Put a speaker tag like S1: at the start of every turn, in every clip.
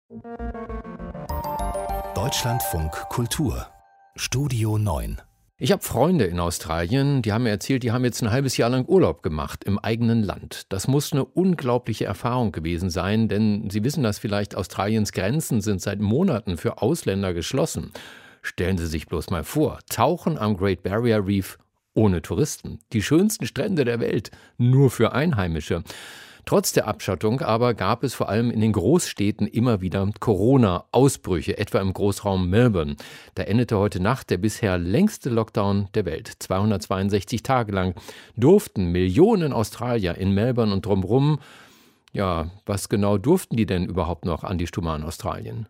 S1: Deutschlandfunk Kultur Studio 9.
S2: Ich habe Freunde in Australien, die haben mir erzählt, die haben jetzt ein halbes Jahr lang Urlaub gemacht im eigenen Land. Das muss eine unglaubliche Erfahrung gewesen sein, denn Sie wissen das vielleicht, Australiens Grenzen sind seit Monaten für Ausländer geschlossen. Stellen Sie sich bloß mal vor, Tauchen am Great Barrier Reef ohne Touristen. Die schönsten Strände der Welt, nur für Einheimische. Trotz der Abschottung aber gab es vor allem in den Großstädten immer wieder Corona-Ausbrüche, etwa im Großraum Melbourne. Da endete heute Nacht der bisher längste Lockdown der Welt. 262 Tage lang durften Millionen Australier in Melbourne und drumherum, ja, was genau durften die denn überhaupt noch, Andi Stummer, in Australien?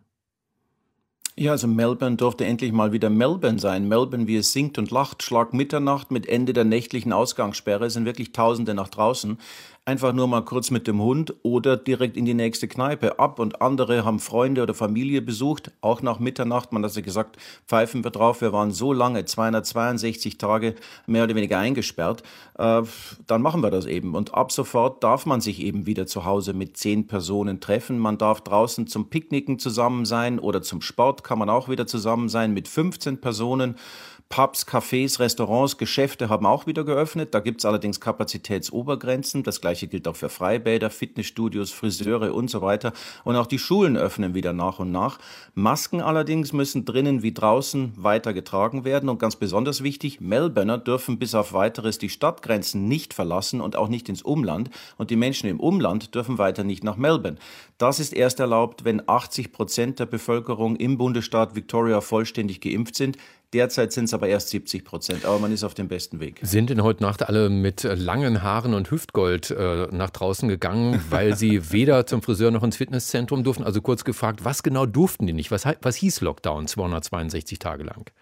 S3: Ja, also Melbourne durfte endlich mal wieder Melbourne sein. Melbourne, wie es singt und lacht, Schlag Mitternacht mit Ende der nächtlichen Ausgangssperre sind wirklich Tausende nach draußen. Einfach nur mal kurz mit dem Hund oder direkt in die nächste Kneipe ab. Und andere haben Freunde oder Familie besucht, auch nach Mitternacht. Man hat ja gesagt, pfeifen wir drauf. Wir waren so lange, 262 Tage mehr oder weniger eingesperrt. Dann machen wir das eben. Und ab sofort darf man sich eben wieder zu Hause mit 10 Personen treffen. Man darf draußen zum Picknicken zusammen sein oder zum Sport kann man auch wieder zusammen sein mit 15 Personen. Pubs, Cafés, Restaurants, Geschäfte haben auch wieder geöffnet. Da gibt es allerdings Kapazitätsobergrenzen. Das Gleiche gilt auch für Freibäder, Fitnessstudios, Friseure und so weiter. Und auch die Schulen öffnen wieder nach und nach. Masken allerdings müssen drinnen wie draußen weiter getragen werden. Und ganz besonders wichtig, Melbourner dürfen bis auf Weiteres die Stadtgrenzen nicht verlassen und auch nicht ins Umland. Und die Menschen im Umland dürfen weiter nicht nach Melbourne. Das ist erst erlaubt, wenn 80% der Bevölkerung im Bundesstaat Victoria vollständig geimpft sind. Derzeit sind es aber erst 70%, aber man ist auf dem besten Weg.
S2: Sind denn heute Nacht alle mit langen Haaren und Hüftgold nach draußen gegangen, weil sie weder zum Friseur noch ins Fitnesszentrum durften? Also kurz gefragt, was genau durften die nicht? Was hieß Lockdown 262 Tage lang?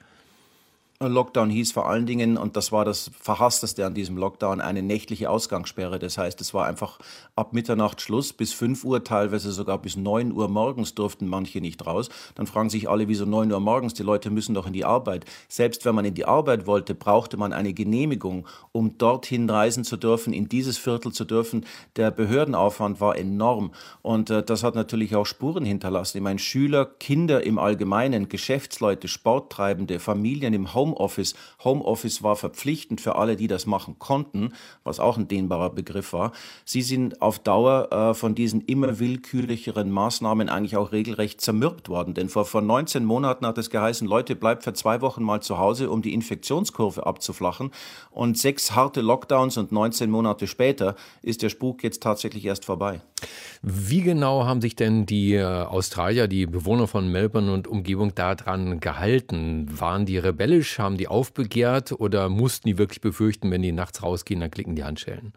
S3: Lockdown hieß vor allen Dingen, und das war das Verhassteste an diesem Lockdown, eine nächtliche Ausgangssperre. Das heißt, es war einfach ab Mitternacht Schluss, bis 5 Uhr, teilweise sogar bis 9 Uhr morgens durften manche nicht raus. Dann fragen sich alle, wieso 9 Uhr morgens? Die Leute müssen doch in die Arbeit. Selbst wenn man in die Arbeit wollte, brauchte man eine Genehmigung, um dorthin reisen zu dürfen, in dieses Viertel zu dürfen. Der Behördenaufwand war enorm und das hat natürlich auch Spuren hinterlassen. Ich meine, Schüler, Kinder im Allgemeinen, Geschäftsleute, Sporttreibende, Familien im Homeoffice. Homeoffice war verpflichtend für alle, die das machen konnten, was auch ein dehnbarer Begriff war. Sie sind auf Dauer von diesen immer willkürlicheren Maßnahmen eigentlich auch regelrecht zermürbt worden. Denn vor 19 Monaten hat es geheißen, Leute, bleibt für 2 Wochen mal zu Hause, um die Infektionskurve abzuflachen. Und 6 harte Lockdowns und 19 Monate später ist der Spuk jetzt tatsächlich erst vorbei.
S2: Wie genau haben sich denn die Australier, die Bewohner von Melbourne und Umgebung daran gehalten? Waren die rebellisch, haben die aufbegehrt oder mussten die wirklich befürchten, wenn die nachts rausgehen, dann klicken die Handschellen?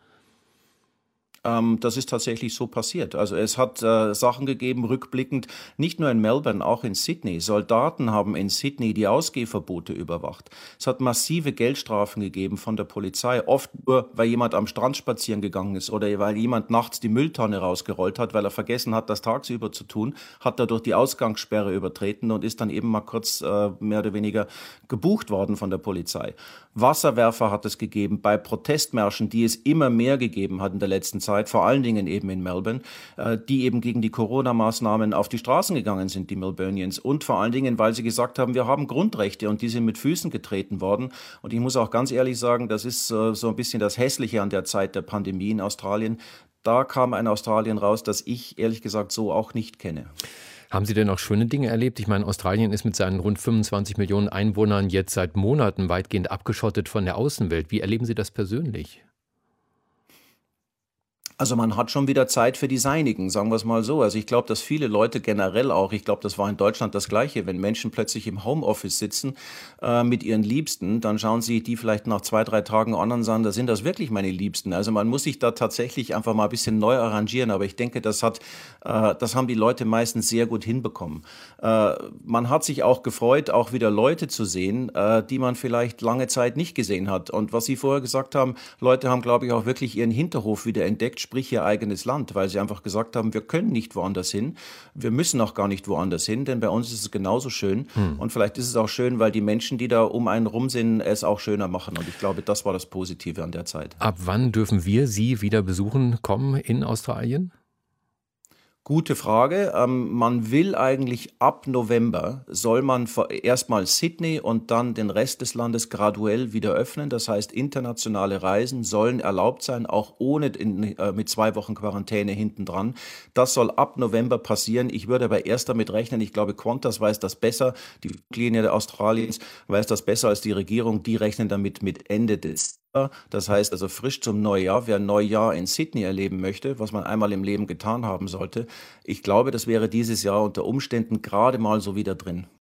S3: Das ist tatsächlich so passiert. Also es hat Sachen gegeben, rückblickend, nicht nur in Melbourne, auch in Sydney. Soldaten haben in Sydney die Ausgehverbote überwacht. Es hat massive Geldstrafen gegeben von der Polizei, oft nur, weil jemand am Strand spazieren gegangen ist oder weil jemand nachts die Mülltonne rausgerollt hat, weil er vergessen hat, das tagsüber zu tun, hat dadurch die Ausgangssperre übertreten und ist dann eben mal kurz mehr oder weniger gebucht worden von der Polizei. Wasserwerfer hat es gegeben bei Protestmärschen, die es immer mehr gegeben hat in der letzten Zeit, vor allen Dingen eben in Melbourne, die eben gegen die Corona-Maßnahmen auf die Straßen gegangen sind, die Melburnians. Und vor allen Dingen, weil sie gesagt haben, wir haben Grundrechte und die sind mit Füßen getreten worden. Und ich muss auch ganz ehrlich sagen, das ist so ein bisschen das Hässliche an der Zeit der Pandemie in Australien. Da kam ein Australien raus, das ich ehrlich gesagt so auch nicht kenne.
S2: Haben Sie denn auch schöne Dinge erlebt? Ich meine, Australien ist mit seinen rund 25 Millionen Einwohnern jetzt seit Monaten weitgehend abgeschottet von der Außenwelt. Wie erleben Sie das persönlich?
S3: Also man hat schon wieder Zeit für die Seinigen, sagen wir es mal so. Also ich glaube, dass viele Leute generell auch, ich glaube, das war in Deutschland das Gleiche, wenn Menschen plötzlich im Homeoffice sitzen mit ihren Liebsten, dann schauen sie die vielleicht nach 2, 3 Tagen an und sagen, da sind das wirklich meine Liebsten. Also man muss sich da tatsächlich einfach mal ein bisschen neu arrangieren, aber ich denke, das haben die Leute meistens sehr gut hinbekommen. Man hat sich auch gefreut, auch wieder Leute zu sehen, die man vielleicht lange Zeit nicht gesehen hat. Und was Sie vorher gesagt haben, Leute haben, glaube ich, auch wirklich ihren Hinterhof wieder entdeckt, sprich ihr eigenes Land, weil sie einfach gesagt haben, wir können nicht woanders hin, wir müssen auch gar nicht woanders hin, denn bei uns ist es genauso schön. Und vielleicht ist es auch schön, weil die Menschen, die da um einen rum sind, es auch schöner machen. Und ich glaube, das war das Positive an der Zeit.
S2: Ab wann dürfen wir Sie wieder besuchen kommen in Australien?
S3: Gute Frage. Man will eigentlich ab November, soll man erstmal Sydney und dann den Rest des Landes graduell wieder öffnen. Das heißt, internationale Reisen sollen erlaubt sein, auch mit 2 Wochen Quarantäne hinten dran. Das soll ab November passieren. Ich würde aber erst damit rechnen, ich glaube, Qantas weiß das besser, die Fluglinie Australiens weiß das besser als die Regierung. Die rechnen damit mit Ende des. Das heißt also frisch zum Neujahr, wer ein Neujahr in Sydney erleben möchte, was man einmal im Leben getan haben sollte, ich glaube, das wäre dieses Jahr unter Umständen gerade mal so wieder drin.